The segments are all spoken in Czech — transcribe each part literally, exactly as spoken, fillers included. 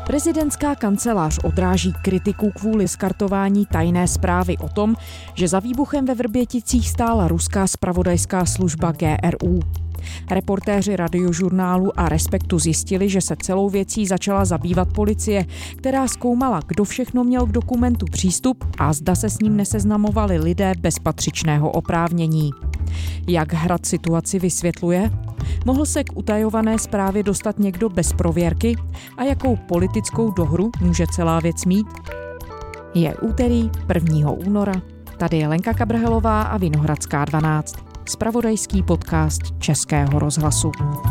Prezidentská kancelář odráží kritiku kvůli skartování tajné zprávy o tom, že za výbuchem ve Vrběticích stála ruská zpravodajská služba G R U. Reportéři Radiožurnálu a Respektu zjistili, že se celou věcí začala zabývat policie, která zkoumala, kdo všechno měl k dokumentu přístup a zda se s ním neseznamovali lidé bez patřičného oprávnění. Jak Hrad situaci vysvětluje? Mohl se k utajované zprávě dostat někdo bez prověrky? A jakou politickou dohru může celá věc mít? Je úterý prvního února. Tady je Lenka Kabrhelová a Vinohradská dvanáct. Zpravodajský podcast Českého rozhlasu.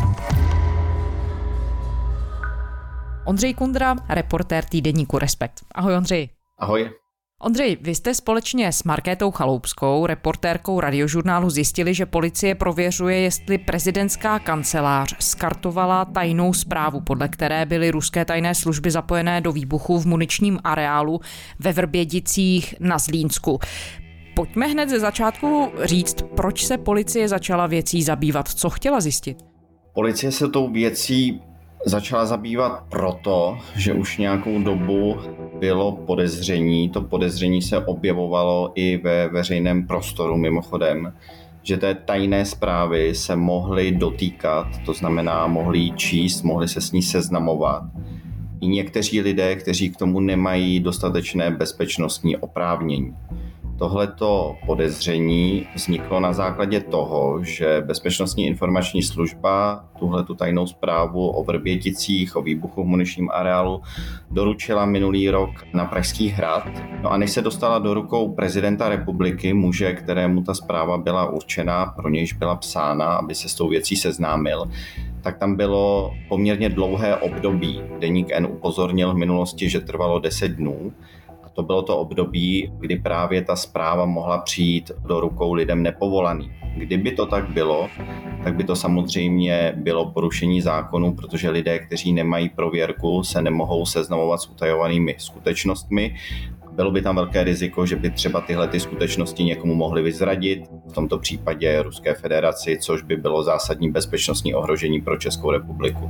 Ondřej Kundra, reportér týdeníku Respekt. Ahoj Ondřej. Ahoj. Ondřej, vy jste společně s Markétou Chaloupskou, reportérkou Radiožurnálu, zjistili, že policie prověřuje, jestli prezidentská kancelář skartovala tajnou zprávu, podle které byly ruské tajné služby zapojené do výbuchu v muničním areálu ve Vrběticích na Zlínsku. Pojďme hned ze začátku říct, proč se policie začala věcí zabývat, co chtěla zjistit. Policie se tou věcí začala zabývat proto, že už nějakou dobu bylo podezření, to podezření se objevovalo i ve veřejném prostoru mimochodem, že té tajné zprávy se mohly dotýkat, to znamená mohly ji číst, mohly se s ní seznamovat. I někteří lidé, kteří k tomu nemají dostatečné bezpečnostní oprávnění. Tohleto podezření vzniklo na základě toho, že Bezpečnostní informační služba tuhletu tajnou zprávu o Vrběticích, o výbuchu v muničním areálu doručila minulý rok na Pražský hrad. No a než se dostala do rukou prezidenta republiky, muže, kterému ta zpráva byla určena, pro nějž byla psána, aby se s tou věcí seznámil, tak tam bylo poměrně dlouhé období. Deník N upozornil v minulosti, že trvalo deset dnů. To bylo to období, kdy právě ta zpráva mohla přijít do rukou lidem nepovolaným. Kdyby to tak bylo, tak by to samozřejmě bylo porušení zákonu, protože lidé, kteří nemají prověrku, se nemohou seznamovat s utajovanými skutečnostmi. Bylo by tam velké riziko, že by třeba tyhle ty skutečnosti někomu mohly vyzradit, v tomto případě Ruské federaci, což by bylo zásadní bezpečnostní ohrožení pro Českou republiku.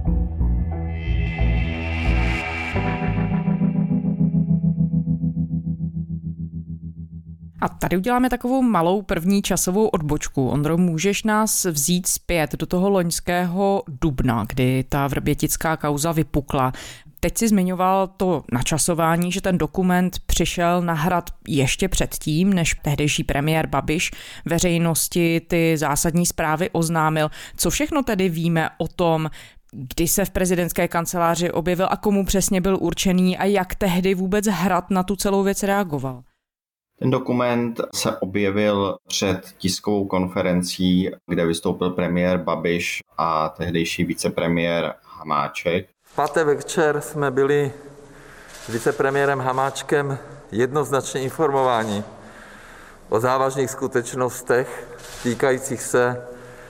A tady uděláme takovou malou první časovou odbočku. Ondro, můžeš nás vzít zpět do toho loňského dubna, kdy ta vrbětická kauza vypukla. Teď si zmiňoval to načasování, že ten dokument přišel na Hrad ještě předtím, než tehdejší premiér Babiš veřejnosti ty zásadní zprávy oznámil. Co všechno tedy víme o tom, kdy se v prezidentské kanceláři objevil a komu přesně byl určený a jak tehdy vůbec Hrad na tu celou věc reagoval? Ten dokument se objevil před tiskovou konferencí, kde vystoupil premiér Babiš a tehdejší vicepremiér Hamáček. V pátek večer jsme byli s vicepremiérem Hamáčkem jednoznačně informováni o závažných skutečnostech týkajících se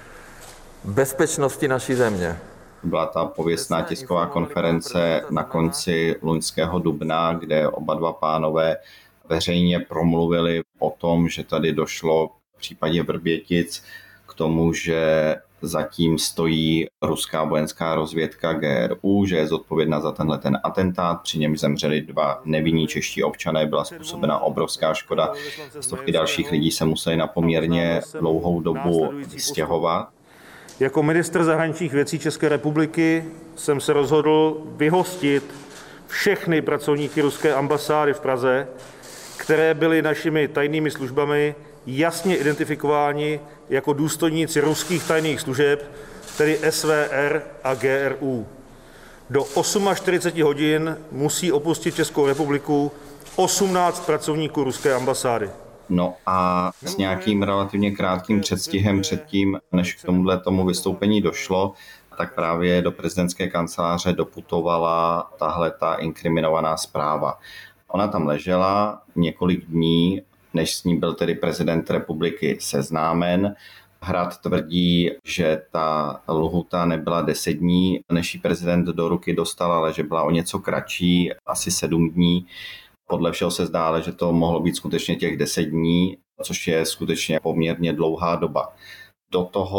bezpečnosti naší země. Byla ta pověstná tisková konference na konci loňského dubna, kde oba dva pánové veřejně promluvili o tom, že tady došlo v případě Vrbětic k tomu, že zatím stojí ruská vojenská rozvědka G R U, že je zodpovědná za tenhle ten atentát, při něm zemřeli dva nevinní čeští občané, byla způsobena obrovská škoda, stovky dalších lidí se museli na poměrně dlouhou dobu vystěhovat. Jako ministr zahraničních věcí České republiky jsem se rozhodl vyhostit všechny pracovníky ruské ambasády v Praze, které byly našimi tajnými službami jasně identifikováni jako důstojníci ruských tajných služeb, tedy S V R a G R U. Do čtyřicet osm hodin musí opustit Českou republiku osmnáct pracovníků ruské ambasády. No a s nějakým relativně krátkým předstihem předtím, než k tomuhle tomu vystoupení došlo, tak právě do prezidentské kanceláře doputovala tahle ta inkriminovaná zpráva. Ona tam ležela několik dní, než s ní byl tedy prezident republiky seznámen. Hrad tvrdí, že ta lhůta nebyla deset dní, než ji prezident do ruky dostal, ale že byla o něco kratší, asi sedm dní. Podle všeho se zdá, ale že to mohlo být skutečně těch deset dní, což je skutečně poměrně dlouhá doba. Do toho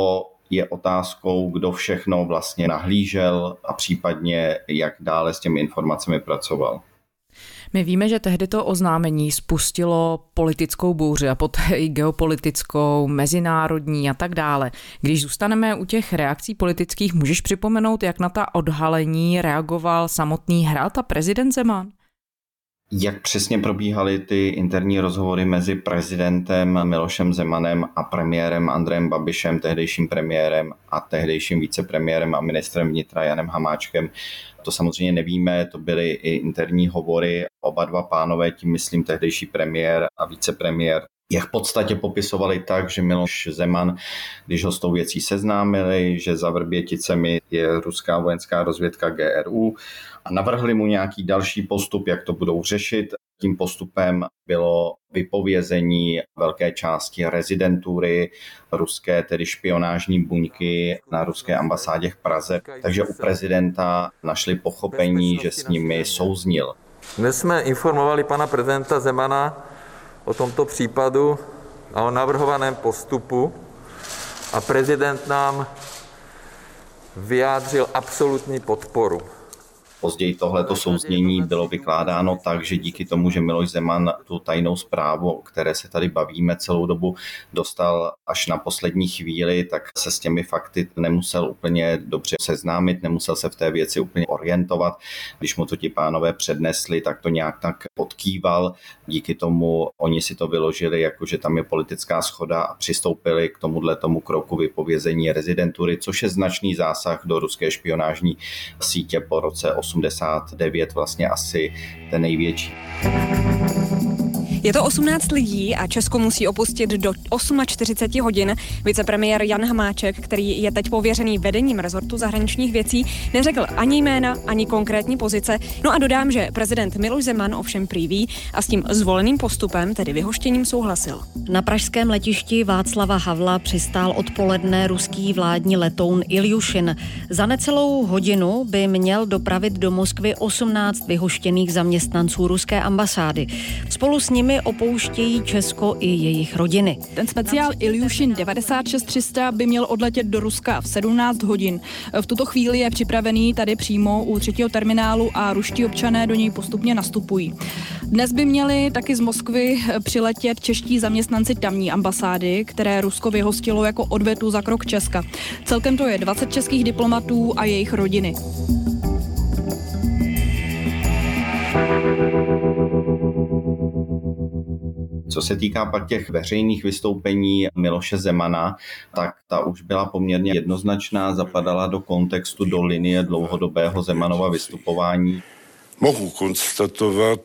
je otázkou, kdo všechno vlastně nahlížel a případně jak dále s těmi informacemi pracoval. My víme, že tehdy to oznámení spustilo politickou bouři a poté i geopolitickou, mezinárodní a tak dále. Když zůstaneme u těch reakcí politických, můžeš připomenout, jak na ta odhalení reagoval samotný Hrad a prezident Zeman? Jak přesně probíhaly ty interní rozhovory mezi prezidentem Milošem Zemanem a premiérem Andrejem Babišem, tehdejším premiérem a tehdejším vicepremiérem a ministrem vnitra Janem Hamáčkem? To samozřejmě nevíme, to byly i interní hovory. Oba dva pánové, tím myslím tehdejší premiér a vicepremiér, je v podstatě popisovali tak, že Miloš Zeman, když ho s tou věcí seznámili, že za Vrběticemi je ruská vojenská rozvědka G R U a navrhli mu nějaký další postup, jak to budou řešit. Tím postupem bylo vypovězení velké části rezidentury ruské, tedy špionážní buňky na ruské ambasádě v Praze. Takže u prezidenta našli pochopení, že s nimi souznil. Dnes jsme informovali pana prezidenta Zemana o tomto případu a o navrhovaném postupu a prezident nám vyjádřil absolutní podporu. Později tohleto souznění bylo vykládáno tak, že díky tomu, že Miloš Zeman tu tajnou zprávu, o které se tady bavíme celou dobu, dostal až na poslední chvíli, tak se s těmi fakty nemusel úplně dobře seznámit, nemusel se v té věci úplně orientovat. Když mu to ti pánové přednesli, tak to nějak tak podkýval. Díky tomu oni si to vyložili, jakože tam je politická shoda a přistoupili k tomuhle tomu kroku vypovězení rezidentury, což je značný zásah do ruské špionážní sítě po roce osmdesát devět, vlastně asi ten největší. Je to osmnáct lidí a Česko musí opustit do čtyřicet osm hodin. Vicepremiér Jan Hamáček, který je teď pověřený vedením rezortu zahraničních věcí, neřekl ani jména, ani konkrétní pozice. No a dodám, že prezident Miloš Zeman ovšem prý ví a s tím zvoleným postupem, tedy vyhoštěním, souhlasil. Na pražském letišti Václava Havla přistál odpoledne ruský vládní letoun Iljušin. Za necelou hodinu by měl dopravit do Moskvy osmnáct vyhoštěných zaměstnanců ruské ambasády. Spolu s nimi opouštějí Česko i jejich rodiny. Ten speciál Iljušin devadesát šest tři sta by měl odletět do Ruska v sedmnáct hodin. V tuto chvíli je připravený tady přímo u třetího terminálu a ruští občané do něj postupně nastupují. Dnes by měli taky z Moskvy přiletět čeští zaměstnanci tamní ambasády, které Rusko vyhostilo jako odvetu za krok Česka. Celkem to je dvacet českých diplomatů a jejich rodiny. Co se týká pak těch veřejných vystoupení Miloše Zemana, tak ta už byla poměrně jednoznačná, zapadala do kontextu, do linie dlouhodobého Zemanova vystupování. Mohu konstatovat,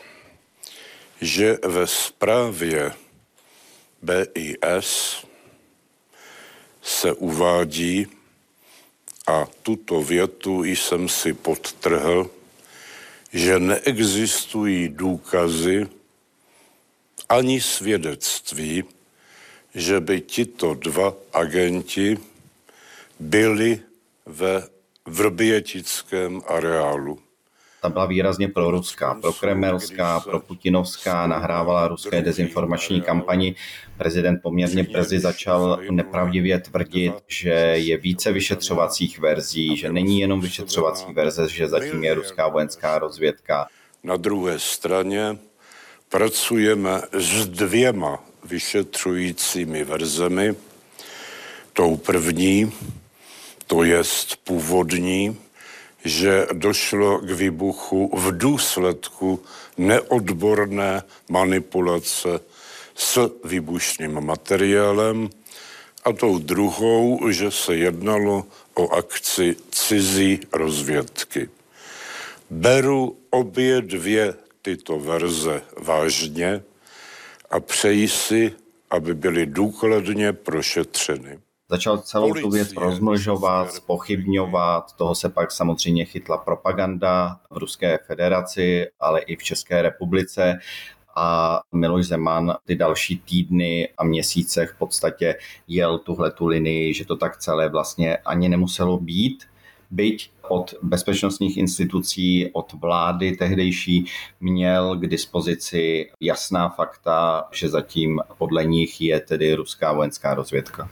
že ve zprávě B I S se uvádí, a tuto větu jsem si podtrhl, že neexistují důkazy ani svědectví, že by tito dva agenti byli ve vrbětickém areálu. Ta byla výrazně proruská, prokremelská, proputinovská, nahrávala ruské dezinformační kampani. Prezident poměrně brzy začal nepravdivě tvrdit, že je více vyšetřovacích verzí, že není jenom vyšetřovací verze, že zatím je ruská vojenská rozvědka. Na druhé straně pracujeme s dvěma vyšetřujícími verzemi. Tou první, to jest původní, že došlo k výbuchu v důsledku neodborné manipulace s výbušným materiálem, a tou druhou, že se jednalo o akci cizí rozvědky. Beru obě dvě tyto verze vážně a přeji si, aby byly důkladně prošetřeny. Začal celou tu věc rozmlžovat, zpochybňovat, toho se pak samozřejmě chytla propaganda v Ruské federaci, ale i v České republice. A Miloš Zeman ty další týdny a měsíce v podstatě jel tuhletu linii, že to tak celé vlastně ani nemuselo být. Byť od bezpečnostních institucí, od vlády tehdejší měl k dispozici jasná fakta, že zatím podle nich je tedy ruská vojenská rozvědka.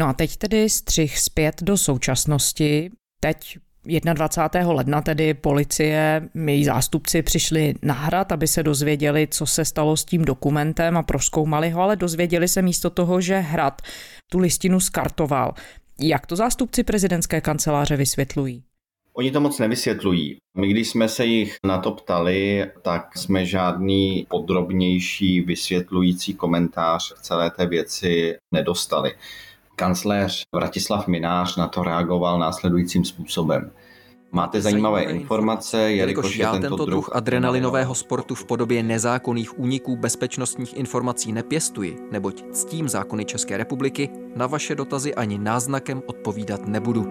No a teď tedy střih zpět do současnosti. Teď dvacátého prvního ledna tedy policie, její zástupci přišli na Hrad, aby se dozvěděli, co se stalo s tím dokumentem a prozkoumali ho, ale dozvěděli se místo toho, že Hrad tu listinu skartoval. Jak to zástupci prezidentské kanceláře vysvětlují? Oni to moc nevysvětlují. My, když jsme se jich na to ptali, tak jsme žádný podrobnější vysvětlující komentář k celé té věci nedostali. Kancléř Vratislav Mynář na to reagoval následujícím způsobem. Máte zajímavé informace, jelikož já tento, tento druh adrenalinového sportu v podobě nezákonných úniků bezpečnostních informací nepěstuji, neboť ctím zákony České republiky, na vaše dotazy ani náznakem odpovídat nebudu.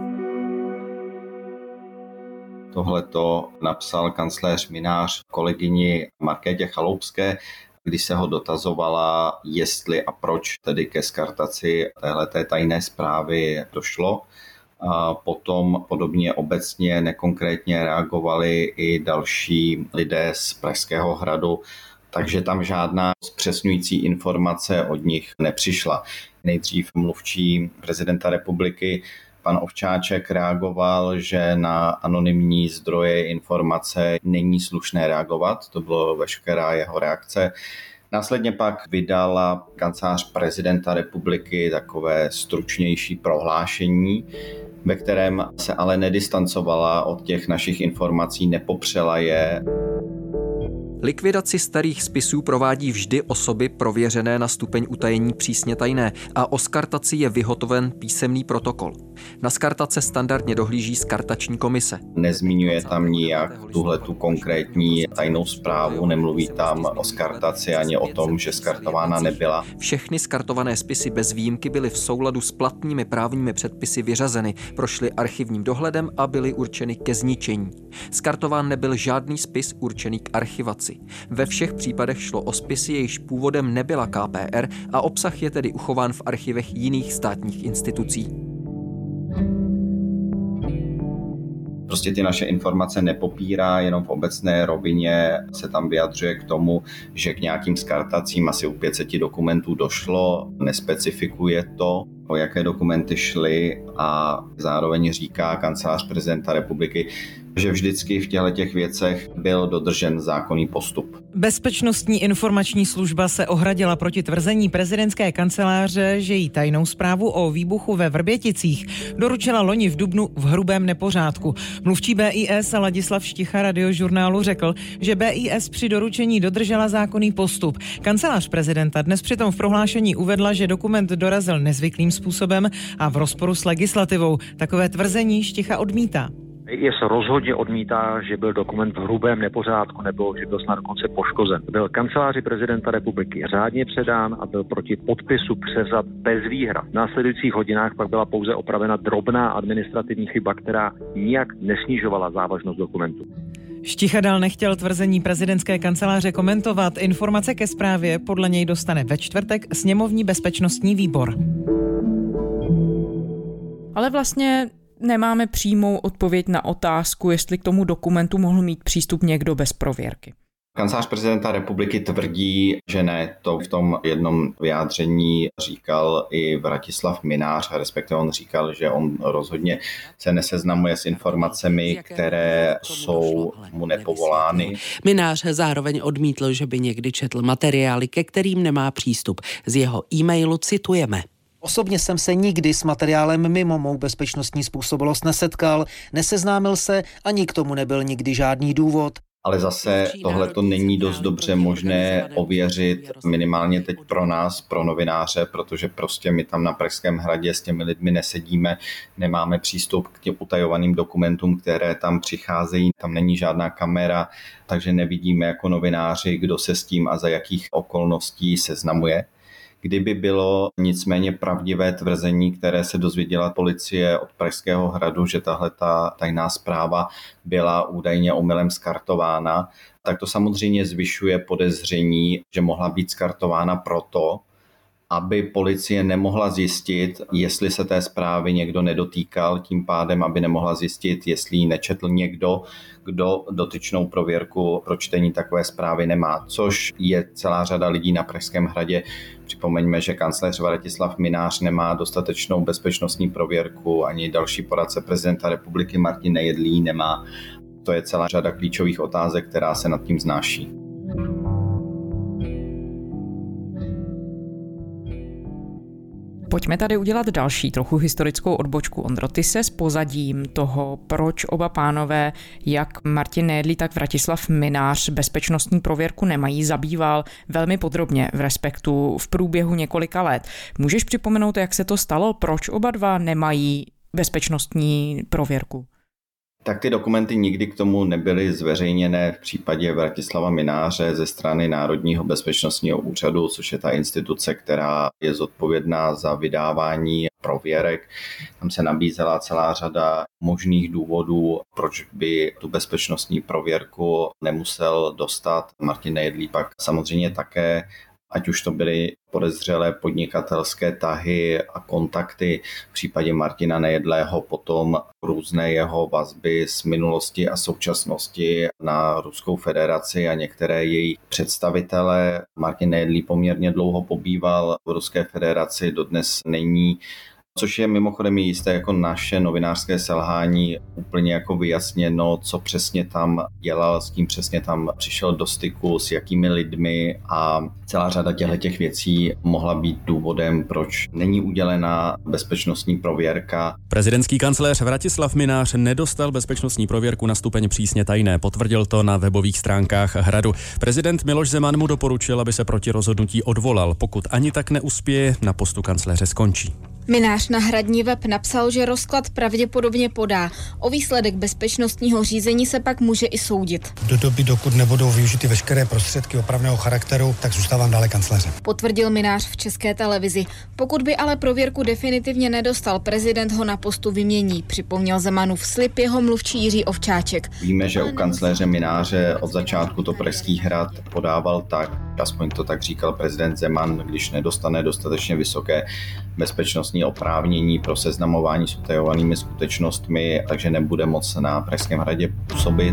Tohleto napsal kancléř Mynář kolegyni Markétě Chaloupské, když se ho dotazovala, jestli a proč tedy ke skartaci téhleté tajné zprávy došlo. A potom podobně obecně nekonkrétně reagovali i další lidé z Pražského hradu, takže tam žádná zpřesňující informace od nich nepřišla. Nejdřív mluvčí prezidenta republiky pan Ovčáček reagoval, že na anonymní zdroje informace není slušné reagovat, to bylo veškerá jeho reakce. Následně pak vydala kancelář prezidenta republiky takové stručnější prohlášení, ve kterém se ale nedistancovala od těch našich informací, nepopřela je. Likvidaci starých spisů provádí vždy osoby prověřené na stupeň utajení přísně tajné a o skartaci je vyhotoven písemný protokol. Na skartace standardně dohlíží skartační komise. Nezmiňuje tam nijak tuhletu konkrétní tajnou zprávu, nemluví tam o skartaci ani o tom, že skartována nebyla. Všechny skartované spisy bez výjimky byly v souladu s platnými právními předpisy vyřazeny, prošly archivním dohledem a byly určeny ke zničení. Skartován nebyl žádný spis určený k archivaci. Ve všech případech šlo o spisy, jejichž původem nebyla K P R a obsah je tedy uchován v archivech jiných státních institucí. Prostě ty naše informace nepopírá, jenom v obecné rovině se tam vyjadřuje k tomu, že k nějakým skartacím asi u pět set dokumentů došlo, nespecifikuje to, o jaké dokumenty šly a zároveň říká kancelář prezidenta republiky, že vždycky v těchto těch věcech byl dodržen zákonný postup. Bezpečnostní informační služba se ohradila proti tvrzení prezidentské kanceláře, že jí tajnou zprávu o výbuchu ve Vrběticích doručila loni v dubnu v hrubém nepořádku. Mluvčí B I S Ladislav Šticha Radiožurnálu řekl, že B I S při doručení dodržela zákonný postup. Kancelář prezidenta dnes přitom v prohlášení uvedla, že dokument dorazil nezvyklým způsobem a v rozporu s legislativou. Takové tvrzení Šticha odmítá. B I S rozhodně odmítá, že byl dokument v hrubém nepořádku nebo že byl snad dokonce poškozen. Byl kanceláři prezidenta republiky řádně předán a byl proti podpisu převzat bez výhrad. V následujících hodinách pak byla pouze opravena drobná administrativní chyba, která nijak nesnižovala závažnost dokumentu. Šticha dál nechtěl tvrzení prezidentské kanceláře komentovat. Informace ke zprávě podle něj dostane ve čtvrtek sněmovní bezpečnostní výbor. Ale vlastně nemáme přímou odpověď na otázku, jestli k tomu dokumentu mohl mít přístup někdo bez prověrky. Kancelář prezidenta republiky tvrdí, že ne. To v tom jednom vyjádření říkal i Vratislav Mynář, respektive on říkal, že on rozhodně se neseznamuje s informacemi, které jsou mu nepovolány. Mynář zároveň odmítl, že by někdy četl materiály, ke kterým nemá přístup. Z jeho e-mailu citujeme. Osobně jsem se nikdy s materiálem mimo mou bezpečnostní způsobilost nesetkal, neseznámil se, ani k tomu nebyl nikdy žádný důvod. Ale zase tohle to není dost dobře možné ověřit, minimálně teď pro nás, pro novináře, protože prostě my tam na Pražském hradě s těmi lidmi nesedíme, nemáme přístup k těm utajovaným dokumentům, které tam přicházejí, tam není žádná kamera, takže nevidíme jako novináři, kdo se s tím a za jakých okolností seznamuje. Kdyby bylo nicméně pravdivé tvrzení, které se dozvěděla policie od Pražského hradu, že tahle ta tajná zpráva byla údajně omylem skartována, tak to samozřejmě zvyšuje podezření, že mohla být skartována proto, aby policie nemohla zjistit, jestli se té zprávy někdo nedotýkal, tím pádem, aby nemohla zjistit, jestli ji nečetl někdo, kdo dotyčnou prověrku pro čtení takové zprávy nemá, což je celá řada lidí na Pražském hradě. Připomeňme, že kancléř Vratislav Mynář nemá dostatečnou bezpečnostní prověrku, ani další poradce prezidenta republiky Martin Nejedlý nemá. To je celá řada klíčových otázek, která se nad tím znáší. Pojďme tady udělat další trochu historickou odbočku. Ondro, ty se s pozadím toho, proč oba pánové, jak Martin Nejedlý, tak Vratislav Mynář, bezpečnostní prověrku nemají, zabýval velmi podrobně v Respektu v průběhu několika let. Můžeš připomenout, jak se to stalo? Proč oba dva nemají bezpečnostní prověrku? Tak ty dokumenty nikdy k tomu nebyly zveřejněné v případě Vratislava Mynáře ze strany Národního bezpečnostního úřadu, což je ta instituce, která je zodpovědná za vydávání prověrek. Tam se nabízela celá řada možných důvodů, proč by tu bezpečnostní prověrku nemusel dostat. Martin Nejedlý pak samozřejmě také, ať už to byly podezřelé podnikatelské tahy a kontakty, v případě Martina Nejedlého potom různé jeho vazby z minulosti a současnosti na Ruskou federaci a některé její představitele. Martin Nejedlý poměrně dlouho pobýval v Ruské federaci, dodnes není, což je mimochodem jisté jako naše novinářské selhání úplně jako vyjasněno, co přesně tam dělal, s kým přesně tam přišel do styku, s jakými lidmi a celá řada těchto věcí mohla být důvodem, proč není udělena bezpečnostní prověrka. Prezidentský kancléř Vratislav Mynář nedostal bezpečnostní prověrku na stupeň přísně tajné, potvrdil to na webových stránkách Hradu. Prezident Miloš Zeman mu doporučil, aby se proti rozhodnutí odvolal, pokud ani tak neuspěje, na postu kancléře skončí. Mynář na hradní web napsal, že rozklad pravděpodobně podá. O výsledek bezpečnostního řízení se pak může i soudit. Do doby, dokud nebudou využity veškeré prostředky opravného charakteru, tak zůstávám dále kancléřem. Potvrdil Mynář v České televizi. Pokud by ale prověrku definitivně nedostal, prezident ho na postu vymění, připomněl Zemanův slib jeho mluvčí Jiří Ovčáček. Víme, že u kancléře Mynáře od začátku to Pražský hrad podával tak, aspoň to tak říkal prezident Zeman, když nedostane dostatečně vysoké bezpečnostní oprávnění pro seznamování s utajovanými skutečnostmi, takže nebude moc na Pražském hradě působit.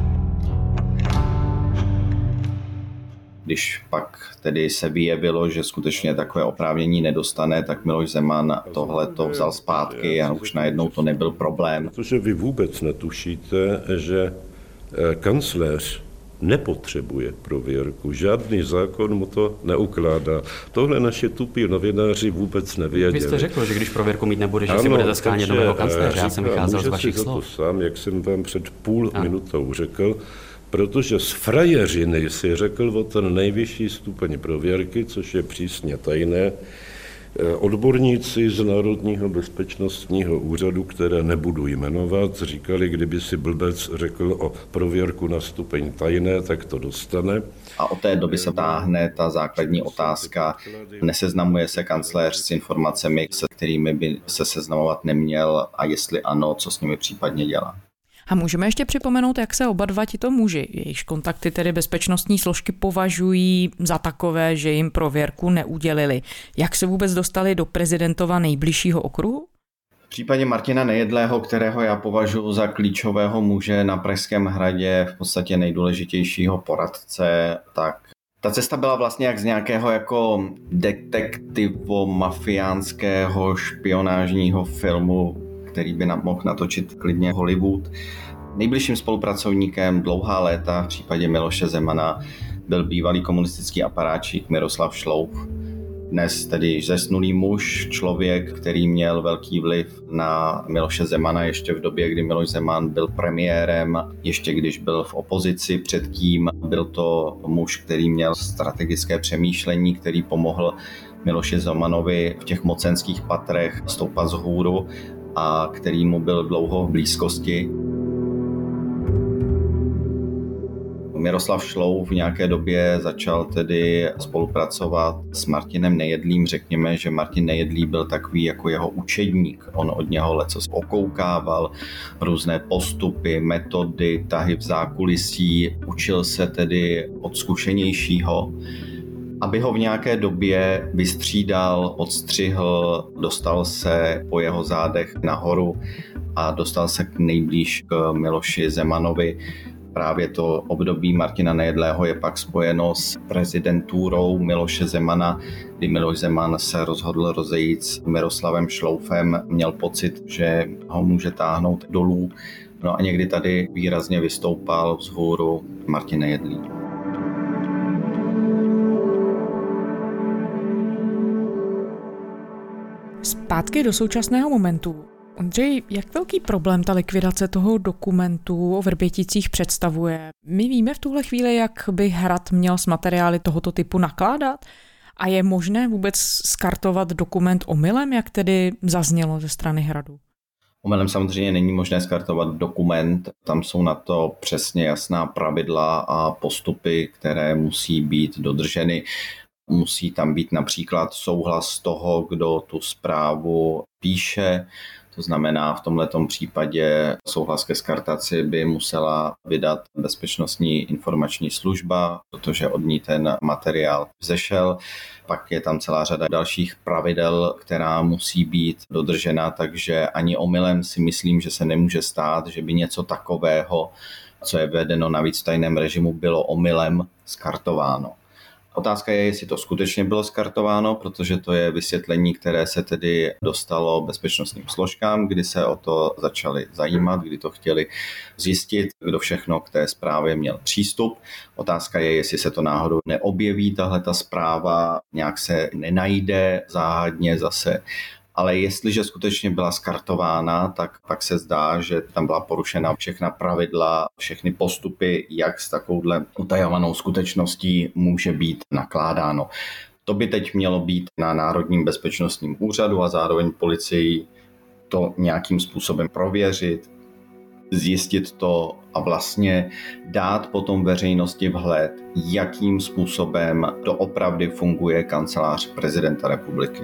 Když pak tedy se vyjevilo, že skutečně takové oprávnění nedostane, tak Miloš Zeman tohle to vzal zpátky a už najednou to nebyl problém. Protože vy vůbec netušíte, že kancléř nepotřebuje prověrku. Žádný zákon mu to neukládá. Tohle naši tupí novináři vůbec nevěděli. Vy jste řekl, že když prověrku mít nebude, že ano, si bude zaskánět nového kancléře. Já jsem vycházel z vašich slov. Můžete si za to sám, jak jsem vám před půl ano. minutou řekl, protože z frajeřiny si řekl o ten nejvyšší stupeň prověrky, což je přísně tajné. Odborníci z Národního bezpečnostního úřadu, které nebudu jmenovat, říkali, kdyby si blbec řekl o prověrku na stupeň tajné, tak to dostane. A od té doby se táhne ta základní otázka. Neseznamuje se kancléř s informacemi, se kterými by se seznamovat neměl a jestli ano, co s nimi případně dělá. A můžeme ještě připomenout, jak se oba dva tito muži, jejichž kontakty tedy bezpečnostní složky považují za takové, že jim prověrku neudělili. Jak se vůbec dostali do prezidentova nejbližšího okruhu? V případě Martina Nejedlého, kterého já považuji za klíčového muže na Pražském hradě, v podstatě nejdůležitějšího poradce, tak ta cesta byla vlastně jak z nějakého jako detektivo-mafiánského špionážního filmu, který by nám mohl natočit klidně Hollywood. Nejbližším spolupracovníkem dlouhá léta v případě Miloše Zemana byl bývalý komunistický aparáčík Miroslav Šlouf. Dnes tedy již zesnulý muž, člověk, který měl velký vliv na Miloše Zemana ještě v době, kdy Miloš Zeman byl premiérem, ještě když byl v opozici předtím. Byl to muž, který měl strategické přemýšlení, který pomohl Miloši Zemanovi v těch mocenských patrech stoupat vzhůru a který mu byl dlouho v blízkosti. Miroslav Šlouf v nějaké době začal tedy spolupracovat s Martinem Nejedlým. Řekněme, že Martin Nejedlý byl takový jako jeho učedník. On od něho lecos okoukával, různé postupy, metody, tahy v zákulisí. Učil se tedy od zkušenějšího. aby ho v nějaké době vystřídal, odstřihl, dostal se po jeho zádech nahoru a dostal se k nejblíž k Miloši Zemanovi. Právě to období Martina Nejedlého je pak spojeno s prezidenturou Miloše Zemana, kdy Miloš Zeman se rozhodl rozejít s Miroslavem Šloufem, měl pocit, že ho může táhnout dolů. No a někdy tady výrazně vystoupal vzhůru Martin Nejedlý. Zpátky do současného momentu. Ondřej, jak velký problém ta likvidace toho dokumentu o Vrběticích představuje? My víme v tuhle chvíli, jak by Hrad měl s materiály tohoto typu nakládat? A je možné vůbec skartovat dokument omylem, jak tedy zaznělo ze strany Hradu? Omylem samozřejmě není možné skartovat dokument, tam jsou na to přesně jasná pravidla a postupy, které musí být dodrženy. Musí tam být například souhlas toho, kdo tu zprávu píše. To znamená, v tomhletom případě souhlas ke skartaci by musela vydat Bezpečnostní informační služba, protože od ní ten materiál vzešel. Pak je tam celá řada dalších pravidel, která musí být dodržena, takže ani omylem si myslím, že se nemůže stát, že by něco takového, co je vedeno navíc v tajném režimu, bylo omylem skartováno. Otázka je, jestli to skutečně bylo skartováno, protože to je vysvětlení, které se tedy dostalo bezpečnostním složkám, kdy se o to začali zajímat, kdy to chtěli zjistit, kdo všechno k té zprávě měl přístup. Otázka je, jestli se to náhodou neobjeví, tahle ta zpráva nějak se nenajde záhadně zase. Ale jestliže skutečně byla skartována, tak pak se zdá, že tam byla porušena všechna pravidla, všechny postupy, jak s takovouhle utajovanou skutečností může být nakládáno. To by teď mělo být na Národním bezpečnostním úřadu a zároveň policii to nějakým způsobem prověřit, zjistit to a vlastně dát potom veřejnosti vhled, jakým způsobem doopravdy funguje kancelář prezidenta republiky.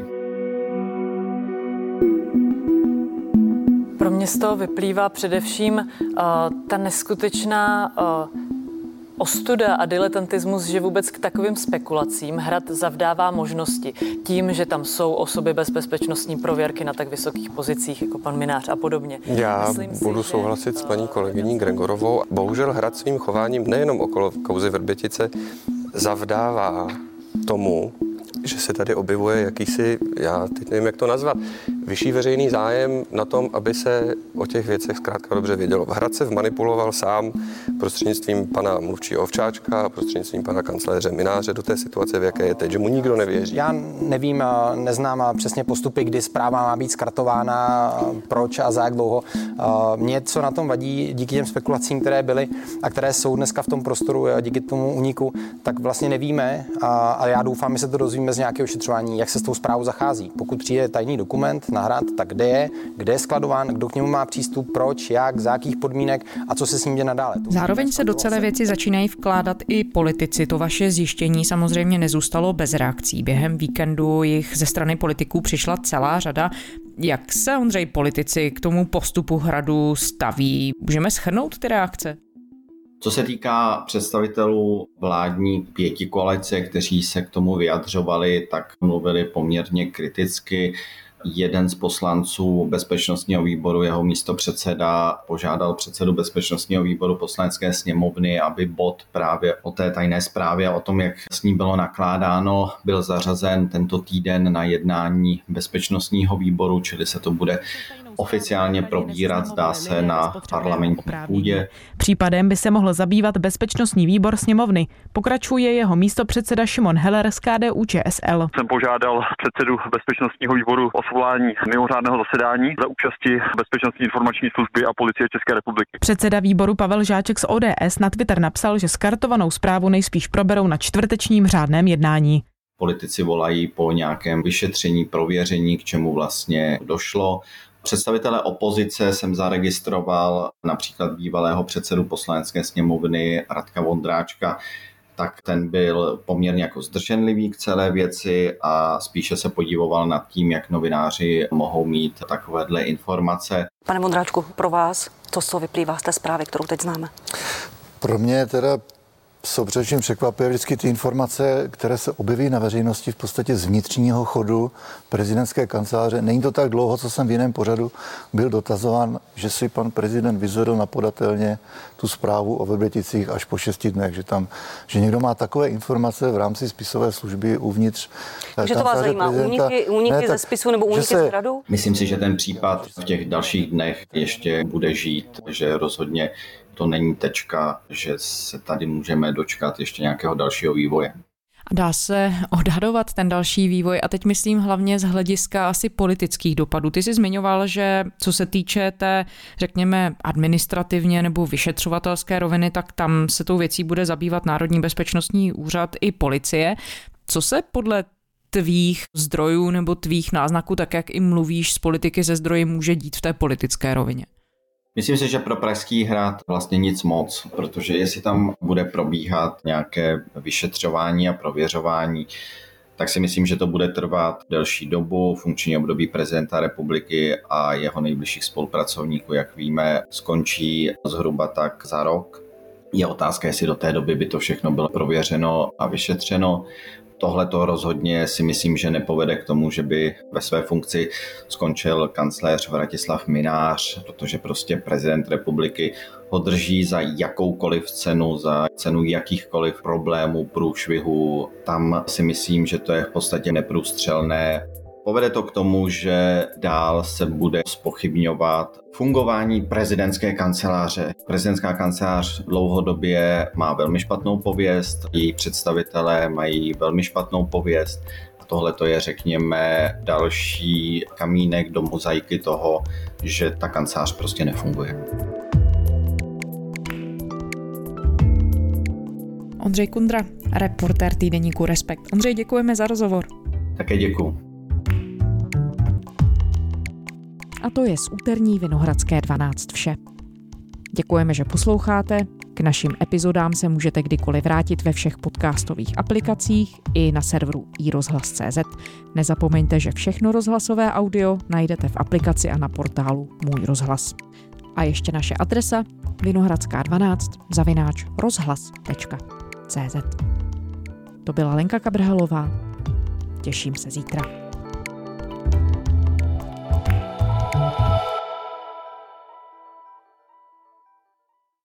Pro mě z toho vyplývá především uh, ta neskutečná uh, ostuda a diletantismus, že vůbec k takovým spekulacím Hrad zavdává možnosti tím, že tam jsou osoby bez bezpečnostní prověrky na tak vysokých pozicích, jako pan Mynář a podobně. Já Myslím budu si, souhlasit že... s paní kolegyní Gregorovou. Bohužel Hrad svým chováním nejenom okolo kauzy Vrbětice zavdává tomu, že se tady objevuje jakýsi, já teď nevím, jak to nazvat, vyšší veřejný zájem na tom, aby se o těch věcech zkrátka dobře vědělo. Hrad se vmanipuloval sám prostřednictvím pana mluvčího Ovčáčka a prostřednictvím pana kancléře Mynáře do té situace, v jaké je teď, že mu nikdo nevěří. Já nevím, neznám přesně postupy, kdy zpráva má být skartována, proč a za jak dlouho. Mě, co na tom vadí, díky těm spekulacím, které byly a které jsou dneska v tom prostoru, díky tomu úniku, tak vlastně nevíme a, a já doufám, že se to dozvíme z nějakého ošetřování, jak se s tou zprávou zachází. Pokud přijde tajný dokument na Hrad, tak kde je, kde je skladován, kdo k němu má přístup, proč, jak, za jakých podmínek a co se s ním děje nadále. Zároveň se do celé věci začínají vkládat i politici. To vaše zjištění samozřejmě nezůstalo bez reakcí. Během víkendu jich ze strany politiků přišla celá řada. Jak se, Ondřej, politici k tomu postupu Hradu staví? Můžeme shrnout ty reakce? Co se týká představitelů vládní pětikoalice, kteří se k tomu vyjadřovali, tak mluvili poměrně kriticky. Jeden z poslanců bezpečnostního výboru, jeho místopředseda, požádal předsedu bezpečnostního výboru Poslanecké sněmovny, aby bod právě o té tajné zprávě, o tom, jak s ní bylo nakládáno, byl zařazen tento týden na jednání bezpečnostního výboru, čili se to bude oficiálně probírat, zdá se, na parlamentní půdě. Případem by se mohl zabývat bezpečnostní výbor sněmovny. Pokračuje jeho místopředseda Šimon Heller z K D U Č S L. Jsem požádal předsedu bezpečnostního výboru o svolání mimořádného zasedání za účasti Bezpečnostní informační služby a policie České republiky. Předseda výboru Pavel Žáček z O D S na Twitter napsal, že skartovanou zprávu nejspíš proberou na čtvrtečním řádném jednání. Politici volají po nějakém vyšetření, prověření, k čemu vlastně došlo. Představitele opozice jsem zaregistroval, například bývalého předsedu Poslanecké sněmovny Radka Vondráčka, tak ten byl poměrně jako zdrženlivý k celé věci a spíše se podivoval nad tím, jak novináři mohou mít takovéhle informace. Pane Vondráčku, pro vás, co z toho vyplývá z té zprávy, kterou teď známe? Pro mě teda jsou především překvapivé vždycky ty informace, které se objeví na veřejnosti v podstatě z vnitřního chodu prezidentské kanceláře. Není to tak dlouho, co jsem v jiném pořadu byl dotazován, že si pan prezident vyzvedl napodatelně tu zprávu o Vrběticích až po šesti dnech, že tam, že někdo má takové informace v rámci spisové služby uvnitř. Takže to vás zajímá, úniky, úniky ne, ze spisu nebo úniky se, z hradu? Myslím si, že ten případ v těch dalších dnech ještě bude žít, že rozhodně to není tečka, že se tady můžeme dočkat ještě nějakého dalšího vývoje. A dá se odhadovat ten další vývoj a teď myslím hlavně z hlediska asi politických dopadů. Ty jsi zmiňoval, že co se týče té, řekněme, administrativně nebo vyšetřovatelské roviny, tak tam se tou věcí bude zabývat Národní bezpečnostní úřad i policie. Co se podle tvých zdrojů nebo tvých náznaků, tak jak i mluvíš z politiky ze zdroji, může dít v té politické rovině? Myslím si, že pro Pražský hrad vlastně nic moc, protože jestli tam bude probíhat nějaké vyšetřování a prověřování, tak si myslím, že to bude trvat delší dobu. Funkční období prezidenta republiky a jeho nejbližších spolupracovníků, jak víme, skončí zhruba tak za rok. Je otázka, jestli do té doby by to všechno bylo prověřeno a vyšetřeno. Tohle to rozhodně si myslím, že nepovede k tomu, že by ve své funkci skončil kancléř Vratislav Mynář, protože prostě prezident republiky ho drží za jakoukoliv cenu, za cenu jakýchkoliv problémů, průšvihů. Tam si myslím, že to je v podstatě neprůstřelné. Povede to k tomu, že dál se bude zpochybňovat fungování prezidentské kanceláře. Prezidentská kancelář dlouhodobě má velmi špatnou pověst, její představitelé mají velmi špatnou pověst. Tohle to je, řekněme, další kamínek do mozaiky toho, že ta kancelář prostě nefunguje. Ondřej Kundra, reportér týdeníku Respekt. Ondřej, děkujeme za rozhovor. Také děkuju. A to je z úterní Vinohradské dvanáct vše. Děkujeme, že posloucháte. K našim epizodám se můžete kdykoliv vrátit ve všech podcastových aplikacích i na serveru i rozhlas tečka cé zet. Nezapomeňte, že všechno rozhlasové audio najdete v aplikaci a na portálu Můj rozhlas. A ještě naše adresa vinohradská dvanáct zavináč rozhlas tečka cé zet. To byla Lenka Kabrhelová. Těším se zítra.